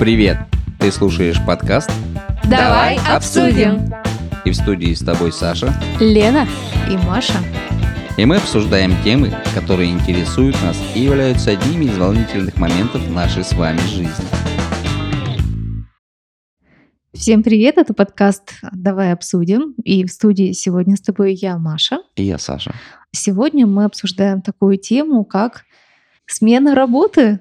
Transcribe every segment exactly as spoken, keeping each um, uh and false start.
Привет! Ты слушаешь подкаст Давай обсудим. И в студии с тобой Саша, Лена и Маша. И мы обсуждаем темы, которые интересуют нас и являются одними из волнительных моментов нашей с вами жизни. Всем привет, это подкаст «Давай обсудим». И в студии сегодня с тобой я, Маша. И я, Саша. Сегодня мы обсуждаем такую тему, как смена работы.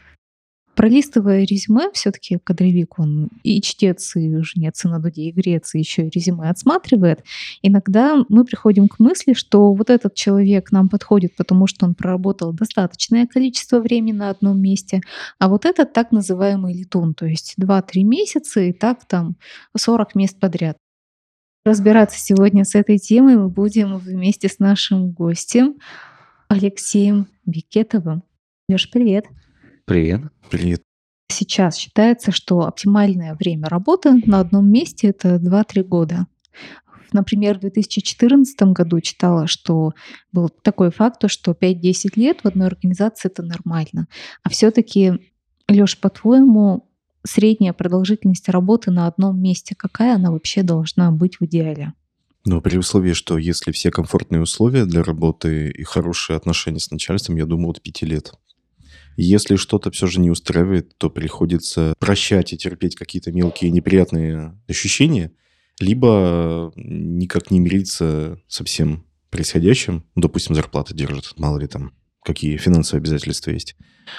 Пролистывая резюме, все-таки кадровик, он и чтец, и жнец, и на дуде, и грец, и еще и резюме отсматривает. Иногда мы приходим к мысли, что вот этот человек нам подходит, потому что он проработал достаточное количество времени на одном месте, а вот этот так называемый летун, то есть два-три месяца и так там сорок мест подряд. Разбираться сегодня с этой темой мы будем вместе с нашим гостем Алексеем Бекетовым. Лёш, привет. Привет. Привет. Сейчас считается, что оптимальное время работы на одном месте — это два-три года. Например, в две тысячи четырнадцатом году читала, что был такой факт, что пять-десять лет в одной организации — это нормально. А все таки, Лёш, по-твоему, средняя продолжительность работы на одном месте, какая она вообще должна быть в идеале? Но при условии, что если все комфортные условия для работы и хорошие отношения с начальством, я думаю, от пяти лет. Если что-то все же не устраивает, то приходится прощать и терпеть какие-то мелкие неприятные ощущения, либо никак не мириться со всем происходящим. Допустим, зарплата держит, мало ли там, какие финансовые обязательства есть.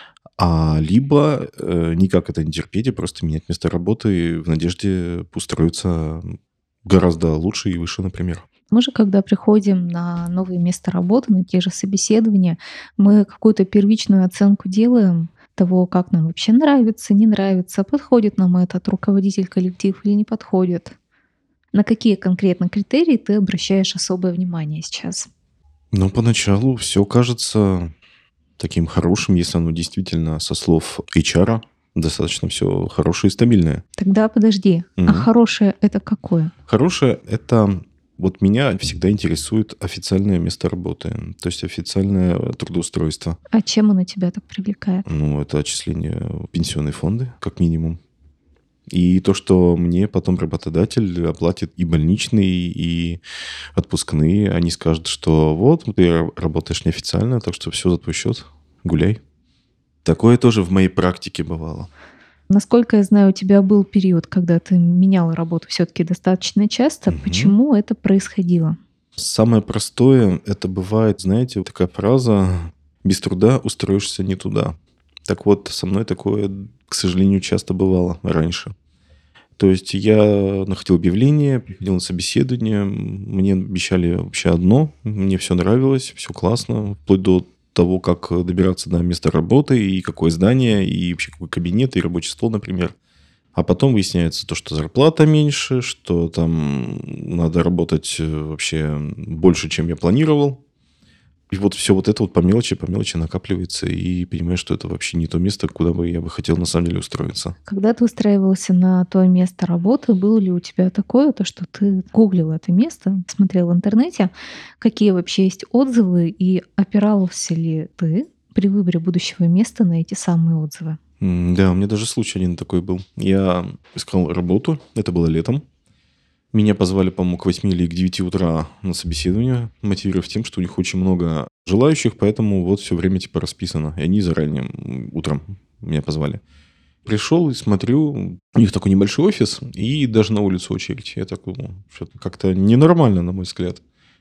А либо э, никак это не терпеть и просто менять место работы в надежде устроиться гораздо лучше и выше, например. Мы же, когда приходим на новое место работы, на те же собеседования, мы какую-то первичную оценку делаем того, как нам вообще нравится, не нравится, подходит нам этот руководитель, коллектив или не подходит. На какие конкретно критерии ты обращаешь особое внимание сейчас? Ну, поначалу все кажется таким хорошим, если оно действительно со слов эйч ар достаточно все хорошее и стабильное. Тогда подожди, Мгм. а хорошее это какое? Хорошее – это... Вот меня всегда интересует официальное место работы, то есть официальное трудоустройство. А чем оно тебя так привлекает? Ну, это отчисление в пенсионные фонды, как минимум. И то, что мне потом работодатель оплатит и больничные, и отпускные. Они скажут, что вот, ты работаешь неофициально, так что все за твой счет, гуляй. Такое тоже в моей практике бывало. Насколько я знаю, у тебя был период, когда ты меняла работу все-таки достаточно часто. Мгм. Почему это происходило? Самое простое, это бывает, знаете, вот такая фраза «без труда устроишься не туда». Так вот, со мной такое, к сожалению, часто бывало раньше. То есть я находил объявление, приходил на собеседование, мне обещали вообще одно, мне все нравилось, все классно, вплоть до того, как добираться до места работы, и какое здание, и вообще какой кабинет, и рабочий стол, например. А потом выясняется то, что зарплата меньше, что там надо работать вообще больше, чем я планировал. И вот все вот это вот по мелочи, по мелочи накапливается, и понимаешь, что это вообще не то место, куда бы я бы хотел на самом деле устроиться. Когда ты устраивался на то место работы, было ли у тебя такое, то, что ты гуглил это место, смотрел в интернете, какие вообще есть отзывы, и опирался ли ты при выборе будущего места на эти самые отзывы? М, Да, у меня даже случай один такой был. Я искал работу, это было летом. Меня позвали, по-моему, к восьми или к девяти утра на собеседование, мотивировав тем, что у них очень много желающих, поэтому вот все время типа расписано. И они заранее м, утром меня позвали. Пришел и смотрю, у них такой небольшой офис, и даже на улицу очередь. Я такой, ну, что-то как-то ненормально, на мой взгляд.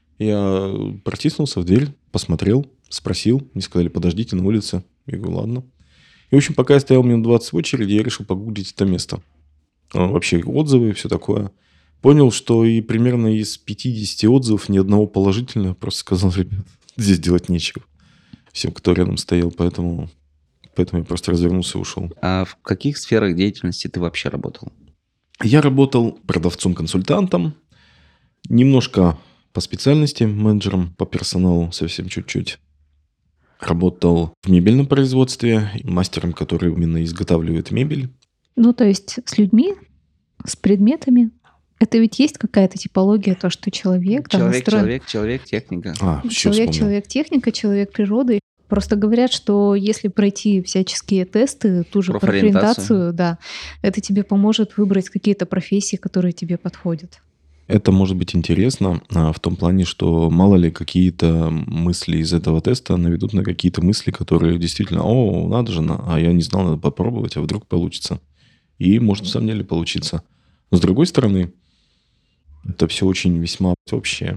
Я протиснулся в дверь, посмотрел, спросил. Мне сказали, подождите на улице. Я говорю, ладно. И, в общем, пока я стоял минут двадцать в очереди, я решил погуглить это место. А, Вообще отзывы и все такое. Понял, что и примерно из пятидесяти отзывов ни одного положительного. Просто сказал, ребят, здесь делать нечего. Всем, кто рядом стоял, поэтому, поэтому я просто развернулся и ушел. А в каких сферах деятельности ты вообще работал? Я работал продавцом-консультантом, немножко по специальности, менеджером по персоналу, совсем чуть-чуть. Работал в мебельном производстве, мастером, который именно изготавливает мебель. Ну, то есть с людьми, с предметами. Это ведь есть какая-то типология, то, что человек там Человек, настроен... человек, человек, техника. А, еще Человек, вспомнил. человек, техника, человек, природа. Просто говорят, что если пройти всяческие тесты, ту же Профориентацию. профориентацию, да, это тебе поможет выбрать какие-то профессии, которые тебе подходят. Это может быть интересно а, в том плане, что мало ли какие-то мысли из этого теста наведут на какие-то мысли, которые действительно, о, надо же, на- а я не знал, надо попробовать, а вдруг получится. И может в самом деле получиться. Но с другой стороны, это все очень весьма общее.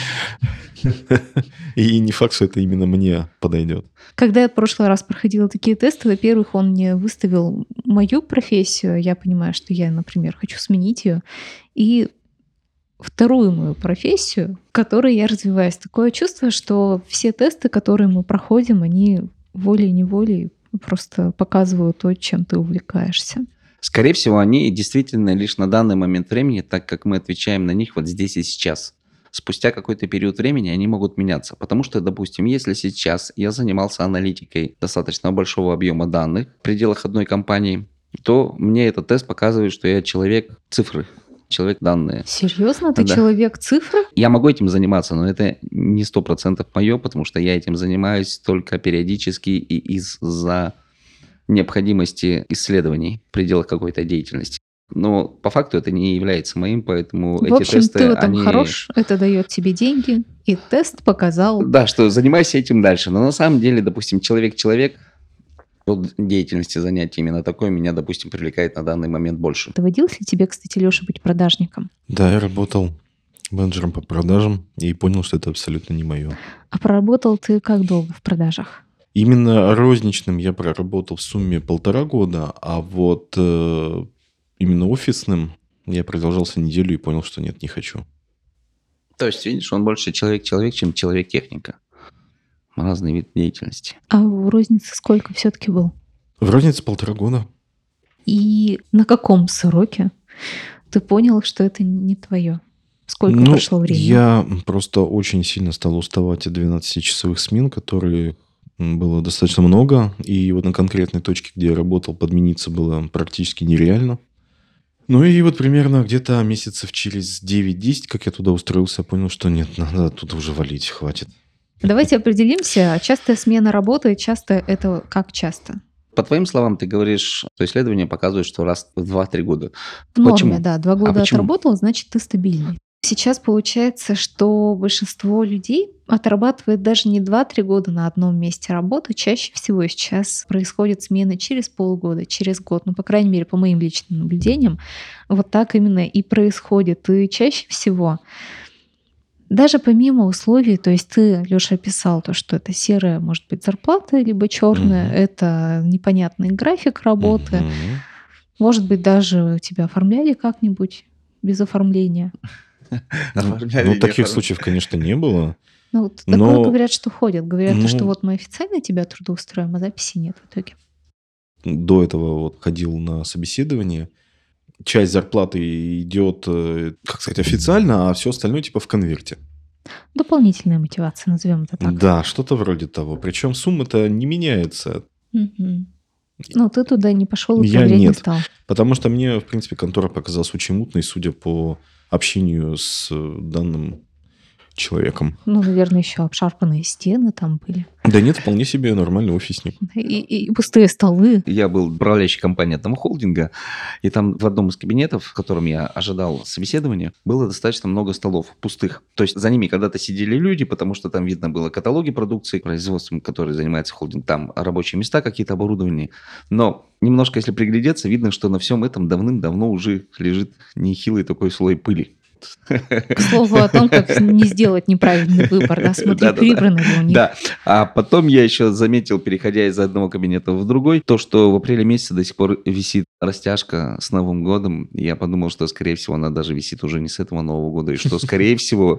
И не факт, что это именно мне подойдет. Когда я в прошлый раз проходила такие тесты, во-первых, он мне выставил мою профессию. Я понимаю, что я, например, хочу сменить ее. И вторую мою профессию, в которой я развиваюсь. Такое чувство, что все тесты, которые мы проходим, они волей-неволей просто показывают то, чем ты увлекаешься. Скорее всего, они действительно лишь на данный момент времени, так как мы отвечаем на них вот здесь и сейчас. Спустя какой-то период времени они могут меняться. Потому что, допустим, если сейчас я занимался аналитикой достаточно большого объема данных в пределах одной компании, то мне этот тест показывает, что я человек цифры, человек данные. Серьезно? Ты Да. человек цифры? Я могу этим заниматься, но это не сто процентов мое, потому что я этим занимаюсь только периодически и из-за необходимости исследований в пределах какой-то деятельности. Но по факту это не является моим, поэтому В эти общем, тесты, ты в этом они... хорош, это дает тебе деньги, и тест показал. Да, что занимайся этим дальше. Но на самом деле, допустим, человек-человек, род деятельности, занятий именно такой меня, допустим, привлекает на данный момент больше. Доводилось ли тебе, кстати, Леша, быть продажником? Да, я работал менеджером по продажам и понял, что это абсолютно не мое. А проработал ты как долго в продажах? Именно розничным я проработал в сумме полтора года, а вот э, именно офисным я продолжался неделю и понял, что нет, не хочу. То есть, видишь, он больше человек-человек, чем человек-техника. Разный вид деятельности. А в рознице сколько все-таки был? В рознице полтора года. И на каком сроке ты понял, что это не твое? Сколько Ну, прошло времени? Я просто очень сильно стал уставать от двенадцатичасовых смен, которые м, было достаточно много. И вот на конкретной точке, где я работал, подмениться было практически нереально. Ну и вот примерно где-то месяцев через девять-десять, как я туда устроился, я понял, что нет, надо тут уже валить, хватит. Давайте определимся. Частая смена работы, часто это как часто? По твоим словам, ты говоришь, что исследования показывают, что раз в два-три года. В норме, Почему? да. Два А года почему? отработал, значит, ты стабильный. Сейчас получается, что большинство людей отрабатывает даже не два-три года на одном месте работы. Чаще всего сейчас происходят смены через полгода, через год. Ну, по крайней мере, по моим личным наблюдениям, вот так именно и происходит. И чаще всего, даже помимо условий, то есть ты, Леша, описал то, что это серая, может быть, зарплата, либо черная, Мгм. это непонятный график работы. Мгм. Может быть, даже тебя оформляли как-нибудь без оформления. Ну, Оформляли, ну, не таких оформляли. случаев, конечно, не было. Ну, вот такое Но- говорят, что ходят. Говорят, то, что ну- вот мы официально тебя трудоустроим, а записи нет в итоге. До этого вот ходил на собеседование. Часть зарплаты идет, э, как сказать, официально, а все остальное типа в конверте. Дополнительная мотивация, назовем это так. Да, что-то вроде того. Причем сумма-то не меняется. Мгм. Ну, ты туда не пошел и Я проверять не нет. стал. Потому что мне, в принципе, контора показалась очень мутной, судя по общению с э, данным человеком. Ну, наверное, еще обшарпанные стены там были. Да нет, вполне себе нормальный офисник. И, и пустые столы. Я был управляющей компанией одного холдинга, и там в одном из кабинетов, в котором я ожидал собеседования, было достаточно много столов пустых. То есть за ними когда-то сидели люди, потому что там видно было каталоги продукции, производством, которой занимается холдинг, там рабочие места, какие-то оборудования. Но немножко, если приглядеться, видно, что на всем этом давным-давно уже лежит нехилый такой слой пыли. К слову о том, как не сделать неправильный выбор. Да? Смотри, Да-да-да. прибрано ли у них. Да, а потом я еще заметил, переходя из одного кабинета в другой, то, что в апреле месяце до сих пор висит растяжка с Новым годом. Я подумал, что, скорее всего, она даже висит уже не с этого Нового года, и что, скорее всего,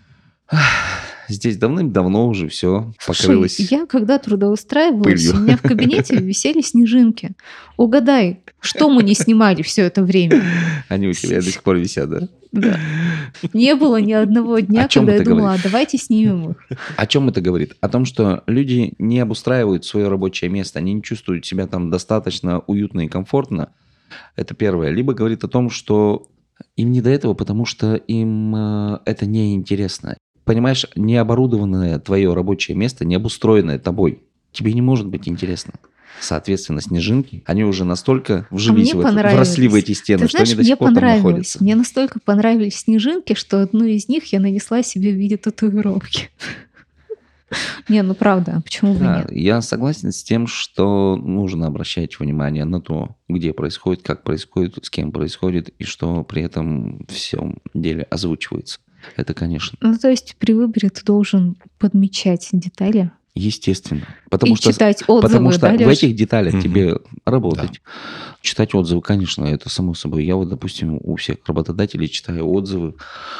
здесь давным-давно уже все Слушай, покрылось. я когда трудоустраивалась, пылью. у меня в кабинете висели снежинки. Угадай, что мы не снимали все это время? Они у тебя до сих пор висят, да? Да. Не было ни одного дня, О чем когда я это думала, а давайте снимем их. О чем это говорит? О том, что люди не обустраивают свое рабочее место, они не чувствуют себя там достаточно уютно и комфортно. Это первое. Либо говорит о том, что им не до этого, потому что им э, это неинтересно. Понимаешь, не оборудованное твое рабочее место, не обустроенное тобой. тебе не может быть интересно. Соответственно, снежинки, они уже настолько вжились, А мне в это, понравились. вросли в эти стены, Ты что знаешь, они до мне сих пор там понравилось. находятся. Мне настолько понравились снежинки, что одну из них я нанесла себе в виде татуировки. Не, ну правда, а почему бы Да, нет? я согласен с тем, что нужно обращать внимание на то, где происходит, как происходит, с кем происходит, и что при этом всем деле озвучивается. Это, конечно, Ну, то есть при выборе ты должен подмечать детали естественно. Потому и что, читать отзывы, потому что да, в Лёш? этих деталях Мгм. тебе работать. Читать отзывы, конечно, это само собой. Я вот, допустим, у всех работодателей читаю отзывы.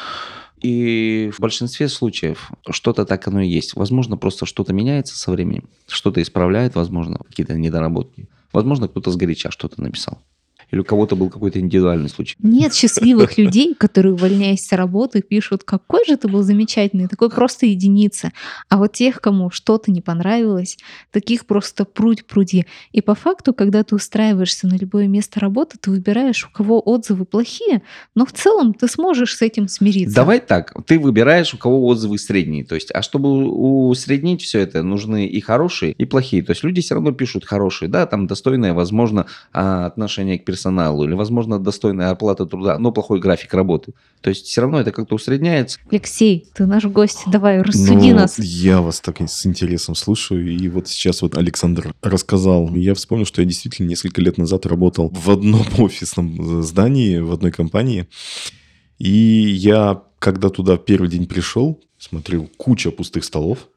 И в большинстве случаев что-то так оно и есть. Возможно, просто что-то меняется со временем, что-то исправляет, возможно, какие-то недоработки. Возможно, кто-то сгоряча что-то написал. Или у кого-то был какой-то индивидуальный случай. Нет счастливых людей, которые, увольняясь с работы, пишут, какой же ты был замечательный, такой просто единица. А вот тех, кому что-то не понравилось, таких просто прудь-пруди. И по факту, когда ты устраиваешься на любое место работы, ты выбираешь, у кого отзывы плохие, но в целом ты сможешь с этим смириться. Давай так, ты выбираешь, у кого отзывы средние. То есть, а чтобы усреднить все это, нужны и хорошие, и плохие. То есть люди все равно пишут хорошие, да, там достойное, возможно, а, отношение к персоналу, или, возможно, достойная оплата труда, но плохой график работы. То есть все равно это как-то усредняется. Алексей, ты наш гость, давай, рассуди Ну, нас. я вас так с интересом слушаю. И вот сейчас вот Александр рассказал. И я вспомнил, что я действительно несколько лет назад работал в одном офисном здании, в одной компании. И я, когда туда первый день пришел, смотрел куча пустых столов.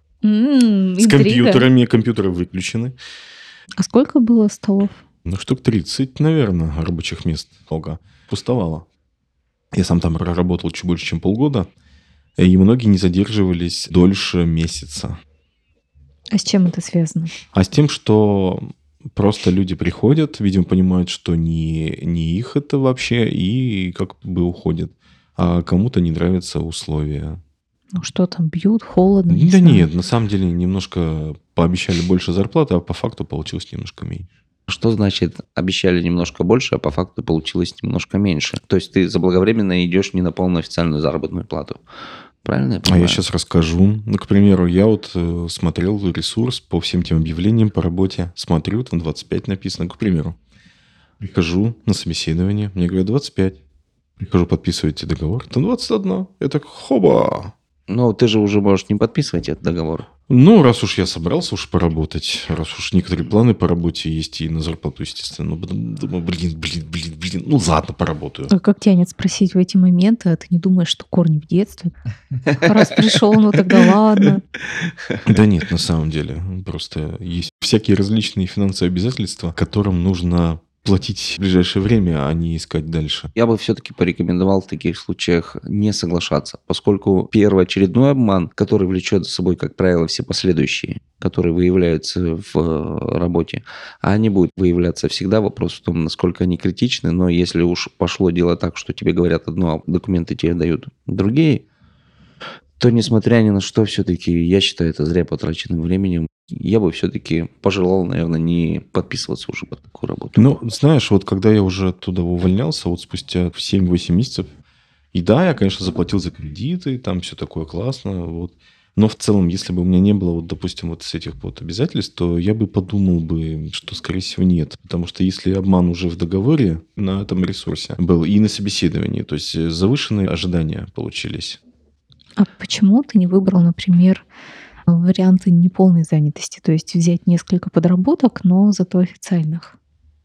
М, С интрига. компьютерами. Компьютеры выключены. А сколько было столов? Ну, штук тридцать, наверное, рабочих мест. Много. Пустовало. Я сам там проработал чуть больше, чем полгода. И многие не задерживались дольше месяца. А с чем это связано? А с тем, что просто люди приходят, видимо, понимают, что не, не их это вообще, и как бы уходят. А кому-то не нравятся условия. Ну что там, бьют, холодно? не Да знаю. нет, на самом деле немножко пообещали больше зарплаты, а по факту получилось немножко меньше. Что значит обещали немножко больше, а по факту получилось немножко меньше? То есть ты заблаговременно идешь не на полную официальную заработную плату. Правильно я А понимаю? я сейчас расскажу. Ну, к примеру, я вот э, смотрел ресурс по всем тем объявлениям по работе. Смотрю, там двадцать пять написано, к примеру. Прихожу на собеседование, мне говорят двадцать пять. Прихожу, подписывайте договор, там двадцать один. Я так, хоба! Но ты же уже можешь не подписывать этот договор. Ну, раз уж я собрался уж поработать, раз уж некоторые планы по работе есть и на зарплату, естественно, ну, потом думаю, блин, блин, блин, блин, ну, ладно, поработаю. А как тянет спросить в эти моменты, а ты не думаешь, что корни в детстве? Раз пришел, ну тогда ладно. Да нет, на самом деле, просто есть всякие различные финансовые обязательства, которым нужно платить в ближайшее время, а не искать дальше. Я бы все-таки порекомендовал в таких случаях не соглашаться, поскольку первоочередной обман, который влечет за собой, как правило, все последующие, которые выявляются в э, работе, а они будут выявляться всегда. Вопрос в том, насколько они критичны, но если уж пошло дело так, что тебе говорят одно, а документы тебе дают другие, то, несмотря ни на что, все-таки я считаю это зря потраченным временем. Я бы все-таки пожелал, наверное, не подписываться уже под такую работу. Ну, знаешь, вот когда я уже оттуда увольнялся, вот спустя семь-восемь месяцев, и да, я, конечно, заплатил за кредиты, там все такое классно, вот. Но в целом, если бы у меня не было, вот, допустим, вот с этих вот обязательств, то я бы подумал бы, что, скорее всего, нет. Потому что если обман уже в договоре на этом ресурсе был и на собеседовании, то есть завышенные ожидания получились. А почему ты не выбрал, например, варианты неполной занятости? То есть взять несколько подработок, но зато официальных.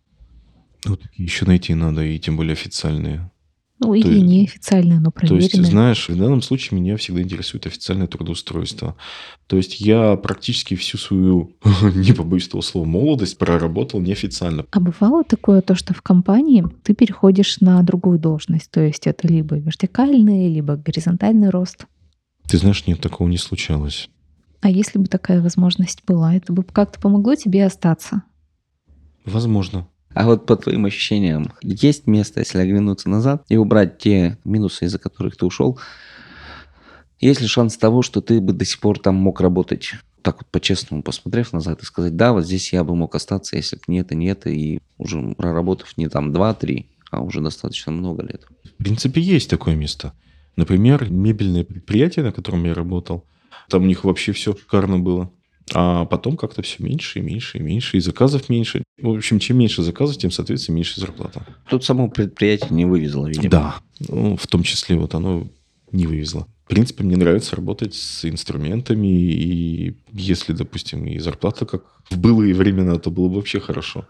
Ну, такие еще найти надо, и тем более официальные. Ну, или есть- неофициальные, но То есть, проверенные. знаешь, в данном случае меня всегда интересует официальное трудоустройство. То есть я практически всю свою, не побоюсь этого слова, молодость проработал неофициально. А бывало такое, то, что в компании ты переходишь на другую должность? То есть это либо вертикальный, либо горизонтальный рост. Ты знаешь, нет, такого не случалось. А если бы такая возможность была, это бы как-то помогло тебе остаться? Возможно. А вот по твоим ощущениям, есть место, если оглянуться назад и убрать те минусы, из-за которых ты ушел, есть ли шанс того, что ты бы до сих пор там мог работать? Так вот по-честному, посмотрев назад и сказать, да, вот здесь я бы мог остаться, если бы не это, не это, и уже проработав не там два-три, а уже достаточно много лет. В принципе, есть такое место. Например, мебельное предприятие, на котором я работал, там у них вообще все шикарно было. А потом как-то все меньше и меньше и меньше, и заказов меньше. В общем, чем меньше заказов, тем, соответственно, меньше зарплата. Тут само предприятие не вывезло, видимо. Да, ну, в том числе вот оно не вывезло. В принципе, мне нравится работать с инструментами, и если, допустим, и зарплата как в былые времена, то было бы вообще хорошо.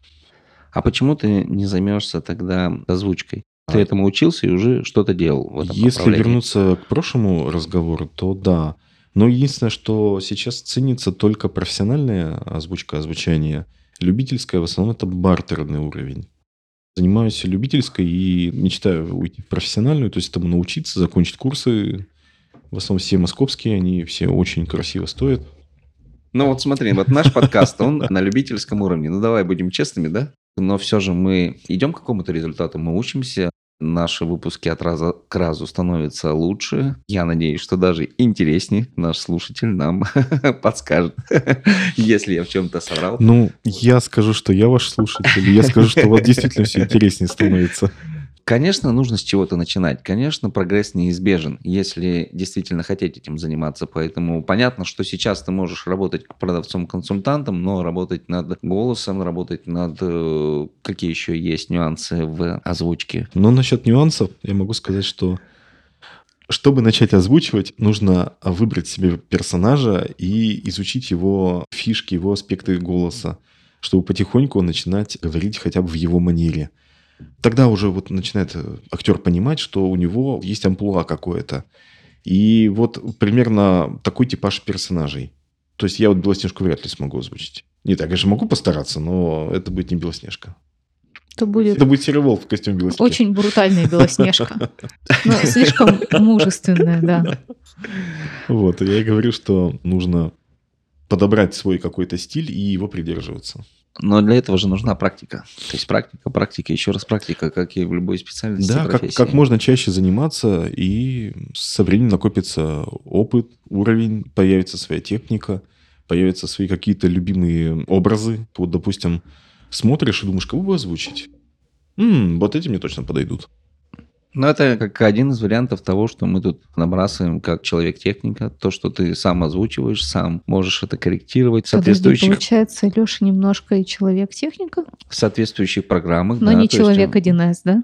А почему ты не займешься тогда озвучкой? Ты этому учился и уже что-то делал в этом Если направлении? вернуться к прошлому разговору, то да. Но единственное, что сейчас ценится только профессиональная озвучка, озвучание. Любительская в основном это бартерный уровень. Занимаюсь любительской и мечтаю уйти в профессиональную, то есть этому научиться, закончить курсы. В основном все московские, они все очень красиво стоят. Ну вот смотри, вот наш подкаст, он на любительском уровне. Ну давай будем честными, да? Но все же мы идем к какому-то результату, мы учимся, наши выпуски от раза к разу становятся лучше. Я надеюсь, что даже интереснее наш слушатель нам подскажет, если я в чем-то соврал. Ну, я скажу, что я ваш слушатель, я скажу, что у вас действительно все интереснее становится. Конечно, нужно с чего-то начинать. Конечно, прогресс неизбежен, если действительно хотеть этим заниматься. Поэтому понятно, что сейчас ты можешь работать продавцом-консультантом, но работать над голосом, работать над... э, Какие еще есть нюансы в озвучке? Но насчет нюансов я могу сказать, что чтобы начать озвучивать, нужно выбрать себе персонажа и изучить его фишки, его аспекты голоса, чтобы потихоньку начинать говорить хотя бы в его манере. Тогда уже вот начинает актер понимать, что у него есть амплуа какое-то. И вот примерно такой типаж персонажей. То есть я вот Белоснежку вряд ли смогу озвучить. Не так, я же могу постараться, но это будет не Белоснежка. Это будет Это будет Серый Волк в костюме Белоснежки. очень брутальная Белоснежка. Но слишком мужественная, да. Вот, и я и говорю, что нужно подобрать свой какой-то стиль и его придерживаться. Но для этого же нужна практика. То есть практика, практика, еще раз практика, как и в любой специальности, Да, как, профессии. как можно чаще заниматься, и со временем накопится опыт, уровень, появится своя техника, появятся свои какие-то любимые образы. Вот, допустим, смотришь и думаешь, кого бы озвучить? М, вот эти мне точно подойдут. Ну, это как один из вариантов того, что мы тут набрасываем как человек-техника. То, что ты сам озвучиваешь, сам можешь это корректировать в Подожди, соответствующих, получается, Леша немножко и человек-техника, в соответствующих программах. но да, не то есть человек он- один эс, да?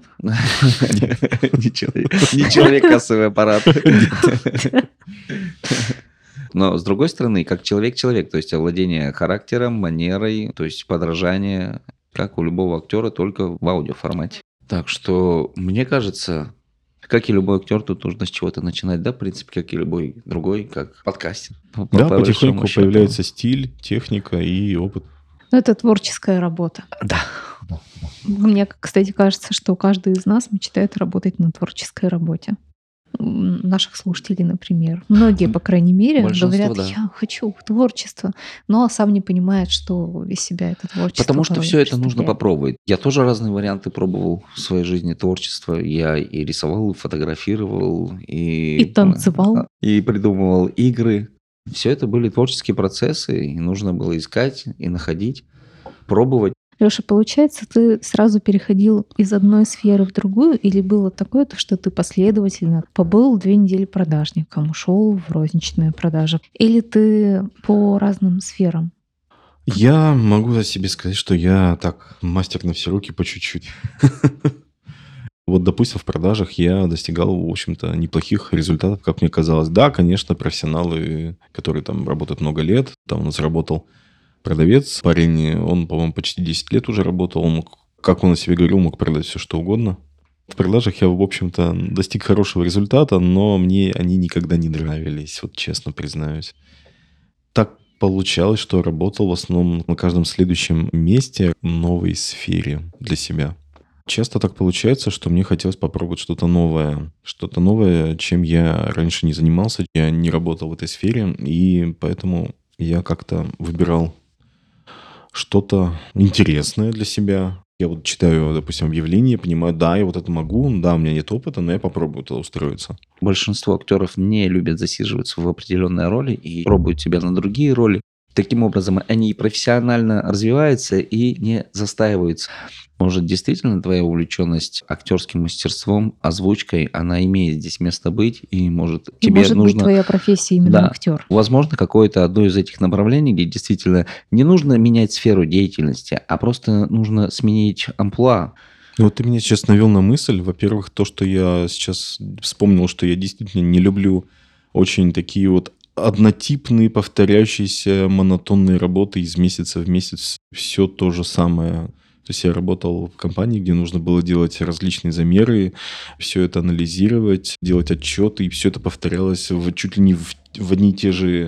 Не человек, не человек-кассовый аппарат. Но, с другой стороны, как человек-человек, то есть овладение характером, манерой, то есть подражание, как у любого актера, только в аудиоформате. Так что, мне кажется, как и любой актер, тут нужно с чего-то начинать, да, в принципе, как и любой другой, как подкастер. По- по Да, большому потихоньку счету. появляется стиль, техника и опыт. Ну, это творческая работа. Да. Мне, кстати, кажется, что каждый из нас мечтает работать на творческой работе. М, Наших слушателей, например. Многие, по крайней мере, Большинство, говорят, да. я хочу в творчество, но сам не понимает, что из себя это творчество. Потому что порой все это нужно представляет. попробовать. Я тоже разные варианты пробовал в своей жизни творчества. Я и рисовал, и фотографировал, и... И танцевал. И придумывал игры. Все это были творческие процессы, и нужно было искать и находить, пробовать. Леша, получается, ты сразу переходил из одной сферы в другую, или было такое, то, что ты последовательно побыл две недели продажником, ушел в розничные продажи, или ты по разным сферам? Я могу о себе сказать, что я так мастер на все руки по чуть-чуть. Вот, допустим, в продажах я достигал, в общем-то, неплохих результатов, как мне казалось. Да, конечно, профессионалы, которые там работают много лет, там у нас работал продавец, парень, он, по-моему, почти десять лет уже работал, он мог, как он о себе говорил, мог продать все, что угодно. В продажах я, в общем-то, достиг хорошего результата, но мне они никогда не нравились, вот честно признаюсь. Так получалось, что работал в основном на каждом следующем месте в новой сфере для себя. Часто так получается, что мне хотелось попробовать что-то новое. Что-то новое, чем я раньше не занимался. Я не работал в этой сфере, и поэтому я как-то выбирал что-то интересное для себя. Я вот читаю, допустим, объявление, понимаю, да, я вот это могу, да, у меня нет опыта, но я попробую туда устроиться. Большинство актеров не любят засиживаться в определенной роли и пробуют себя на другие роли. Таким образом, они и профессионально развиваются и не застаиваются. Может, действительно твоя увлеченность актерским мастерством, озвучкой, она имеет здесь место быть, и может И тебе может быть нужно... твоя профессия именно Да. актер. Возможно, какое-то одно из этих направлений, где действительно не нужно менять сферу деятельности, а просто нужно сменить амплуа. Ну, вот ты меня сейчас навел на мысль. Во-первых, то, что я сейчас вспомнил, что я действительно не люблю очень такие вот однотипные, повторяющиеся, монотонные работы из месяца в месяц. Все то же самое. То есть я работал в компании, где нужно было делать различные замеры, все это анализировать, делать отчеты, и все это повторялось в, чуть ли не в, в одни и те же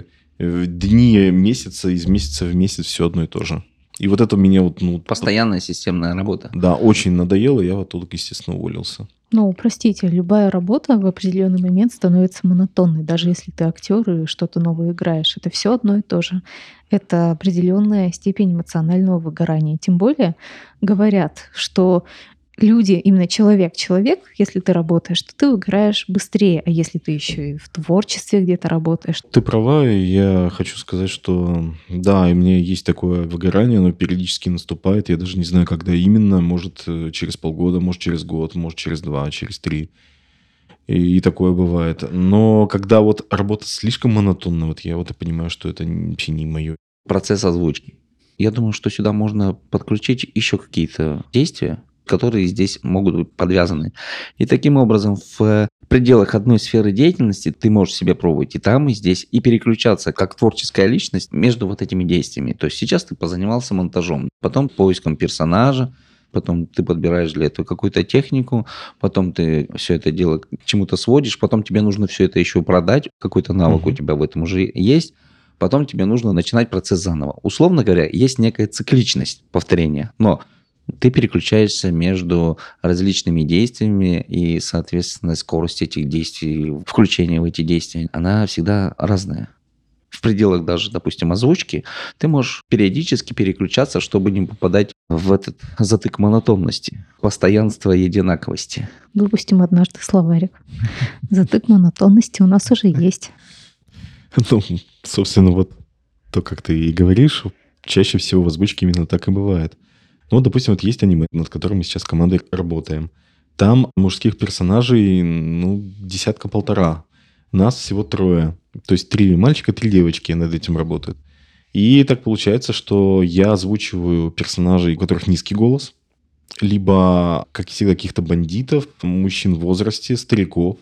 дни месяца, из месяца в месяц все одно и то же. И вот это меня вот... ну Постоянная системная работа. Да, очень надоело, я вот оттуда, естественно, уволился. Ну, простите, любая работа в определенный момент становится монотонной, даже если ты актер и что-то новое играешь. Это все одно и то же. Это определенная степень эмоционального выгорания. Тем более говорят, что люди, именно человек-человек, если ты работаешь, то ты выгораешь быстрее. А если ты еще и в творчестве где-то работаешь. Ты права, и я хочу сказать, что да, и мне есть такое выгорание, оно периодически наступает. Я даже не знаю, когда именно. Может, через полгода, может, через год, может, через два, через три. И, и такое бывает. Но когда вот работа слишком монотонна, вот я вот и понимаю, что это вообще не мое. Процесс озвучки. Я думаю, что сюда можно подключить еще какие-то действия, которые здесь могут быть подвязаны. И таким образом в пределах одной сферы деятельности ты можешь себе пробовать и там, и здесь, и переключаться как творческая личность между вот этими действиями. То есть сейчас ты позанимался монтажом, потом поиском персонажа, потом ты подбираешь для этого какую-то технику, потом ты все это дело к чему-то сводишь, потом тебе нужно все это еще продать, какой-то навык Мгм. у тебя в этом уже есть, потом тебе нужно начинать процесс заново. Условно говоря, есть некая цикличность повторения, но ты переключаешься между различными действиями, и, соответственно, скорость этих действий, включение в эти действия, она всегда разная. В пределах даже, допустим, озвучки ты можешь периодически переключаться, чтобы не попадать в этот затык монотонности, постоянства и одинаковости. Выпустим однажды словарик. Затык монотонности у нас уже есть. Ну, собственно, вот то, как ты и говоришь, чаще всего в озвучке именно так и бывает. Ну, вот, допустим, вот есть аниме, над которым мы сейчас командой работаем. Там мужских персонажей, ну, десятка-полтора. Нас всего трое. То есть три мальчика, три девочки над этим работают. И так получается, что я озвучиваю персонажей, у которых низкий голос, либо, как всегда, каких-то бандитов, мужчин в возрасте, стариков.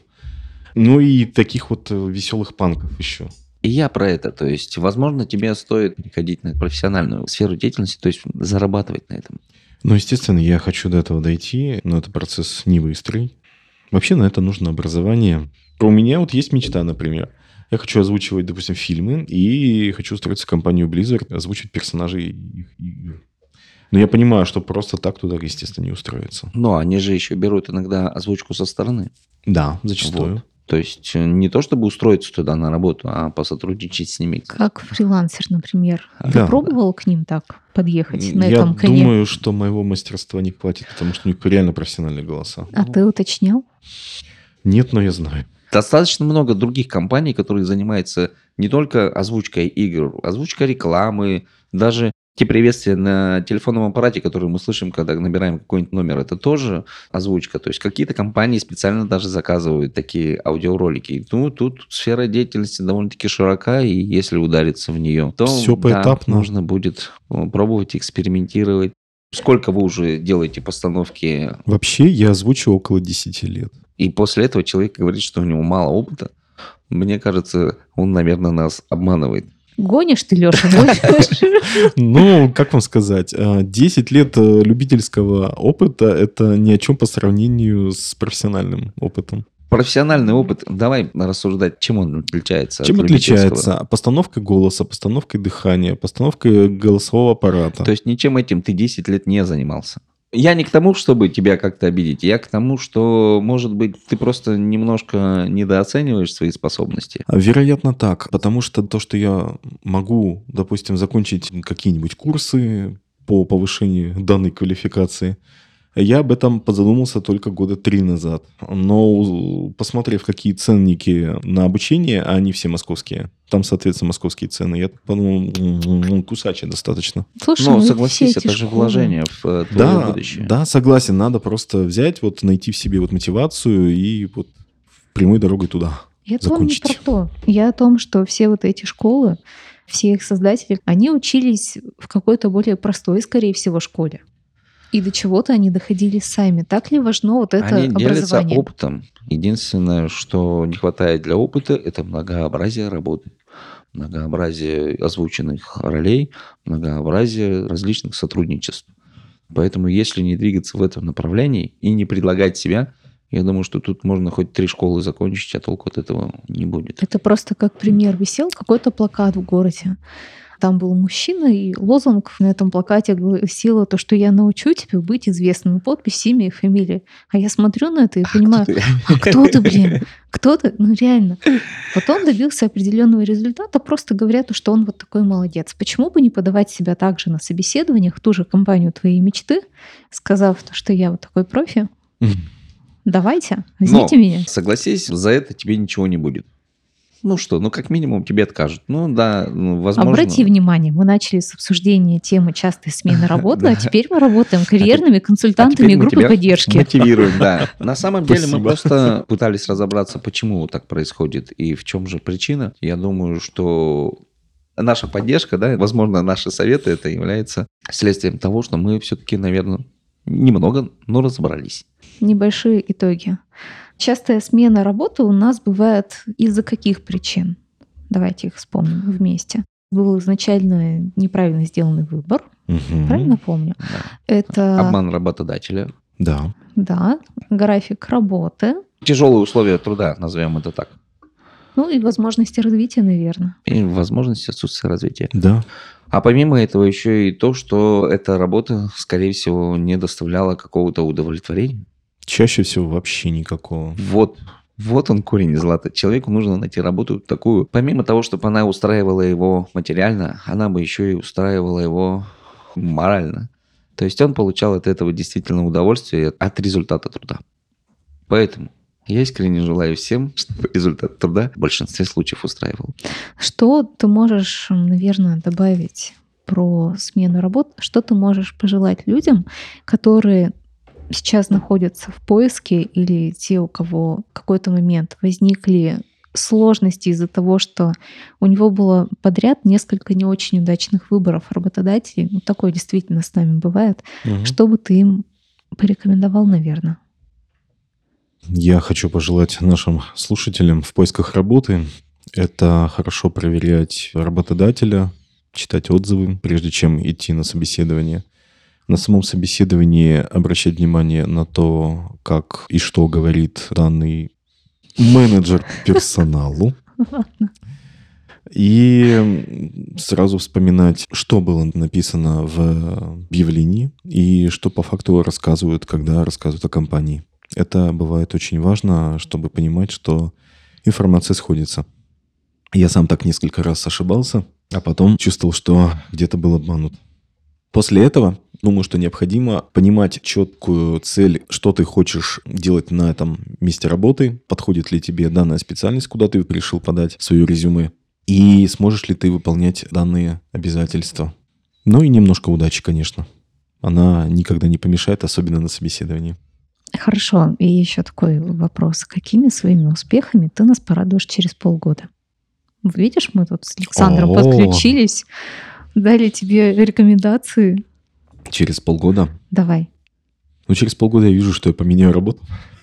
Ну и таких вот веселых панков еще. И я про это. То есть, возможно, тебе стоит переходить на профессиональную сферу деятельности, то есть зарабатывать на этом. Ну, естественно, я хочу до этого дойти, но это процесс не быстрый. Вообще на это нужно образование. У меня вот есть мечта, например. Я хочу озвучивать, допустим, фильмы, и хочу устроиться в компанию Blizzard, озвучивать персонажей их игр. Но я понимаю, что просто так туда, естественно, не устроиться. Но они же еще берут иногда озвучку со стороны. Да, зачастую. Вот. То есть не то, чтобы устроиться туда на работу, а посотрудничать с ними. Как фрилансер, например. Ты Да. пробовал к ним так подъехать на Я этом коне? думаю, что моего мастерства не хватит, потому что у них реально профессиональные голоса. А ты уточнял? Нет, но я знаю. Достаточно много других компаний, которые занимаются не только озвучкой игр, озвучкой рекламы, даже те приветствия на телефонном аппарате, которые мы слышим, когда набираем какой-нибудь номер, это тоже озвучка. То есть какие-то компании специально даже заказывают такие аудиоролики. Ну, тут сфера деятельности довольно-таки широка, и если удариться в нее, то Всё да, поэтапно. нужно будет пробовать, экспериментировать. Сколько вы уже делаете постановки, Вообще, я озвучу около десяти лет. и после этого человек говорит, что у него мало опыта? Мне кажется, он, наверное, нас обманывает. Гонишь ты, Леша, гонишь? Ну, как вам сказать, э, десять лет э, любительского опыта – это ни о чем по сравнению с профессиональным опытом. Профессиональный опыт, давай рассуждать, чем он отличается Чем от любительского? отличается? Постановкой голоса, постановкой дыхания, постановкой голосового аппарата. То есть ничем этим ты десять лет не занимался. Я не к тому, чтобы тебя как-то обидеть, я к тому, что, может быть, ты просто немножко недооцениваешь свои способности. А, Вероятно, так. Потому что то, что я могу, допустим, закончить какие-нибудь курсы по повышению данной квалификации, Я об этом подзадумался только года три назад. Но посмотрев, какие ценники на обучение, а они все московские, там, соответственно, московские цены, я подумал, м-м, кусаче достаточно. Слушай, Но ну, согласись, все эти это же школы. вложение в э, твое Да, будущее. да, согласен. Надо просто взять, вот найти в себе вот мотивацию и вот прямой дорогой туда Я тоже не закончить. про то. Я о том, что все вот эти школы, все их создатели, они учились в какой-то более простой, скорее всего, школе. И до чего-то они доходили сами. Так ли важно вот это Они делятся образование? опытом. Единственное, что не хватает для опыта, это многообразие работы, многообразие озвученных ролей, многообразие различных сотрудничеств. Поэтому если не двигаться в этом направлении и не предлагать себя, я думаю, что тут можно хоть три школы закончить, а толку от этого не будет. Это просто как пример. Висел какой-то плакат в городе. Там был мужчина, и лозунг на этом плакате гласило то, что я научу тебя быть известным. Подпись, имя и фамилия. А я смотрю на это и понимаю, а кто ты, блин? Кто ты? Ну реально. Вот он добился определенного результата, просто говорят, что он вот такой молодец. Почему бы не подавать себя также на собеседованиях в ту же компанию твоей мечты, сказав, что я вот такой профи? Давайте, возьмите Но, меня. согласись, за это тебе ничего не будет. Ну что, ну как минимум тебе откажут. Ну да, ну, возможно... Обрати внимание, мы начали с обсуждения темы частой смены работы, а Да. теперь мы работаем карьерными А консультантами теперь мы группы тебя поддержки. мотивируем, да. На самом деле мы Спасибо. просто пытались разобраться, почему так происходит и в чем же причина. Я думаю, что наша поддержка, да, возможно, наши советы, это является следствием того, что мы все-таки, наверное, немного, но разобрались. Небольшие итоги. Частая смена работы у нас бывает из-за каких причин? Давайте их вспомним вместе. Был изначально неправильно сделанный выбор, Мгм. правильно помню? Да. Это, Обман работодателя. Да. да, график работы, Тяжелые условия труда, назовем это так. ну и возможности развития, наверное. И возможность отсутствия развития. Да. А помимо этого еще и то, что эта работа, скорее всего, не доставляла какого-то удовлетворения. Чаще всего вообще никакого. Вот, вот он корень злата. Человеку нужно найти работу такую. Помимо того, чтобы она устраивала его материально, она бы еще и устраивала его морально. То есть он получал от этого действительно удовольствие от результата труда. Поэтому я искренне желаю всем, чтобы результат труда в большинстве случаев устраивал. Что ты можешь, наверное, добавить про смену работ? Что ты можешь пожелать людям, которые сейчас находятся в поиске, или те, у кого в какой-то момент возникли сложности из-за того, что у него было подряд несколько не очень удачных выборов работодателей? Ну, такое действительно с нами бывает. Мгм. Что бы ты им порекомендовал, наверное? Я хочу пожелать нашим слушателям в поисках работы это хорошо проверять работодателя, читать отзывы, прежде чем идти на собеседование. На самом собеседовании обращать внимание на то, как и что говорит данный менеджер персоналу. И сразу вспоминать, что было написано в объявлении и что по факту рассказывают, когда рассказывают о компании. Это бывает очень важно, чтобы понимать, что информация сходится. Я сам так несколько раз ошибался, а потом чувствовал, что где-то был обманут. После этого, думаю, что необходимо понимать четкую цель, что ты хочешь делать на этом месте работы, подходит ли тебе данная специальность, куда ты решил подать свое резюме, и сможешь ли ты выполнять данные обязательства. Ну и немножко удачи, конечно. Она никогда не помешает, особенно на собеседовании. Хорошо. И еще такой вопрос. Какими своими успехами ты нас порадуешь через полгода? Видишь, мы тут с Александром О. подключились, дали тебе рекомендации. Через полгода? Давай. Ну, через полгода я вижу, что я поменяю работу.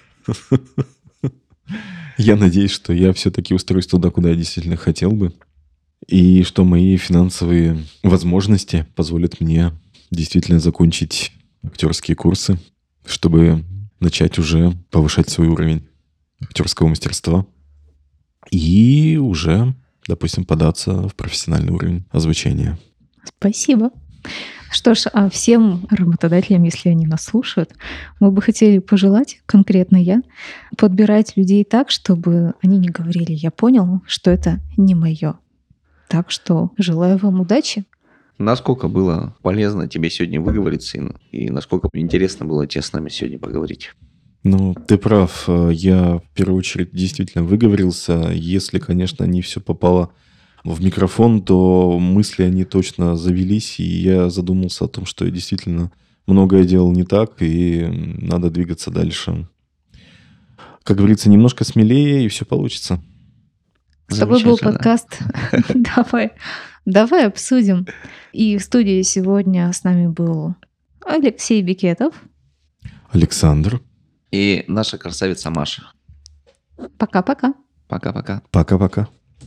Я надеюсь, что я все-таки устроюсь туда, куда я действительно хотел бы. И что мои финансовые возможности позволят мне действительно закончить актерские курсы, чтобы начать уже повышать свой уровень актерского мастерства. И уже, допустим, податься в профессиональный уровень озвучения. Спасибо. Что ж, а всем работодателям, если они нас слушают, мы бы хотели пожелать, конкретно я, подбирать людей так, чтобы они не говорили: «Я понял, что это не мое». Так что желаю вам удачи. Насколько было полезно тебе сегодня выговориться и, и насколько интересно было тебе с нами сегодня поговорить? Ну, ты прав. Я в первую очередь действительно выговорился. Если, конечно, не все попало в микрофон, то мысли, они точно завелись, и я задумался о том, что я действительно многое делал не так, и надо двигаться дальше. Как говорится, немножко смелее, и все получится. С тобой был Замечательно. подкаст. Давай, давай обсудим. И в студии сегодня с нами был Алексей Бекетов. Александр. И наша красавица Маша. Пока-пока. Пока-пока. Пока-пока.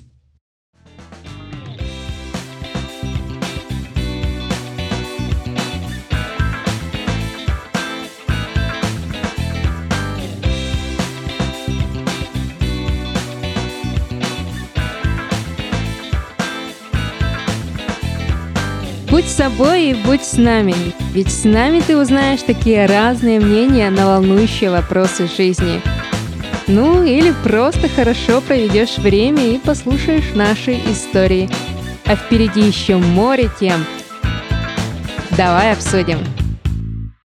Будь собой и будь с нами, ведь с нами ты узнаешь такие разные мнения на волнующие вопросы жизни. Ну или просто хорошо проведешь время и послушаешь наши истории. А впереди еще море тем. Давай обсудим.